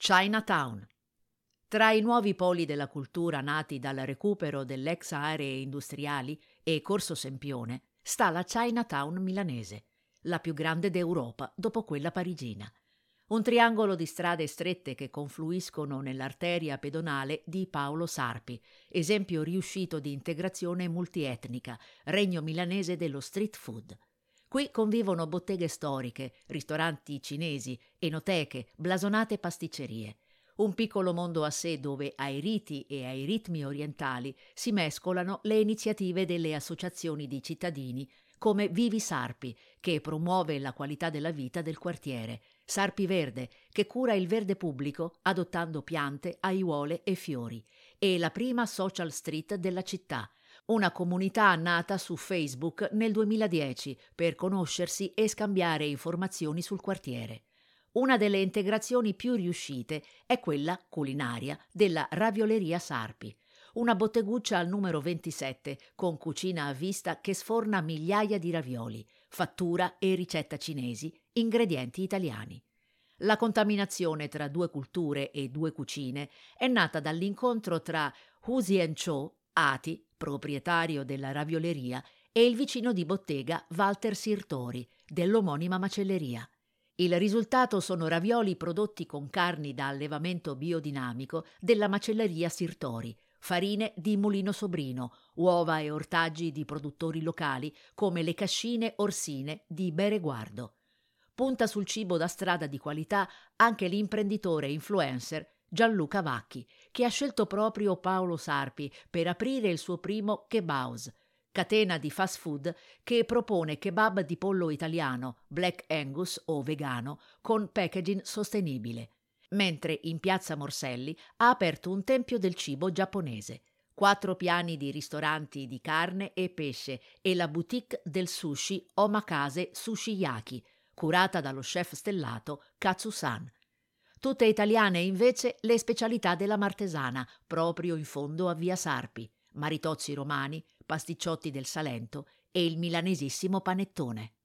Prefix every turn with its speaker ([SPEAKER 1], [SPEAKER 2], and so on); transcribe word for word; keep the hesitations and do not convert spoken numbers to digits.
[SPEAKER 1] Chinatown. Tra i nuovi poli della cultura nati dal recupero delle ex aree industriali e Corso Sempione sta la Chinatown milanese, la più grande d'Europa dopo quella parigina. Un triangolo di strade strette che confluiscono nell'arteria pedonale di Paolo Sarpi, esempio riuscito di integrazione multietnica, regno milanese dello street food. Qui convivono botteghe storiche, ristoranti cinesi, enoteche, blasonate pasticcerie. Un piccolo mondo a sé dove ai riti e ai ritmi orientali si mescolano le iniziative delle associazioni di cittadini come Vivi Sarpi, che promuove la qualità della vita del quartiere, Sarpi Verde, che cura il verde pubblico adottando piante, aiuole e fiori, e la prima social street della città, una comunità nata su Facebook nel duemiladieci per conoscersi e scambiare informazioni sul quartiere. Una delle integrazioni più riuscite è quella culinaria della Ravioleria Sarpi, una botteguccia al numero ventisette con cucina a vista che sforna migliaia di ravioli, fattura e ricetta cinesi, ingredienti italiani. La contaminazione tra due culture e due cucine è nata dall'incontro tra Hu Zien-cho, Ati, proprietario della ravioleria, e il vicino di bottega Walter Sirtori, dell'omonima macelleria. Il risultato sono ravioli prodotti con carni da allevamento biodinamico della macelleria Sirtori, farine di Mulino Sobrino, uova e ortaggi di produttori locali come le cascine orsine di Bereguardo. Punta sul cibo da strada di qualità anche l'imprenditore influencer Gianluca Vacchi, che ha scelto proprio Paolo Sarpi per aprire il suo primo Kebabs, catena di fast food che propone kebab di pollo italiano, Black Angus o vegano, con packaging sostenibile. Mentre in piazza Morselli ha aperto un tempio del cibo giapponese, quattro piani di ristoranti di carne e pesce e la boutique del sushi Omakase Sushiyaki, curata dallo chef stellato Katsu-san. Tutte italiane invece le specialità della Martesana, proprio in fondo a via Sarpi, maritozzi romani, pasticciotti del Salento e il milanesissimo panettone.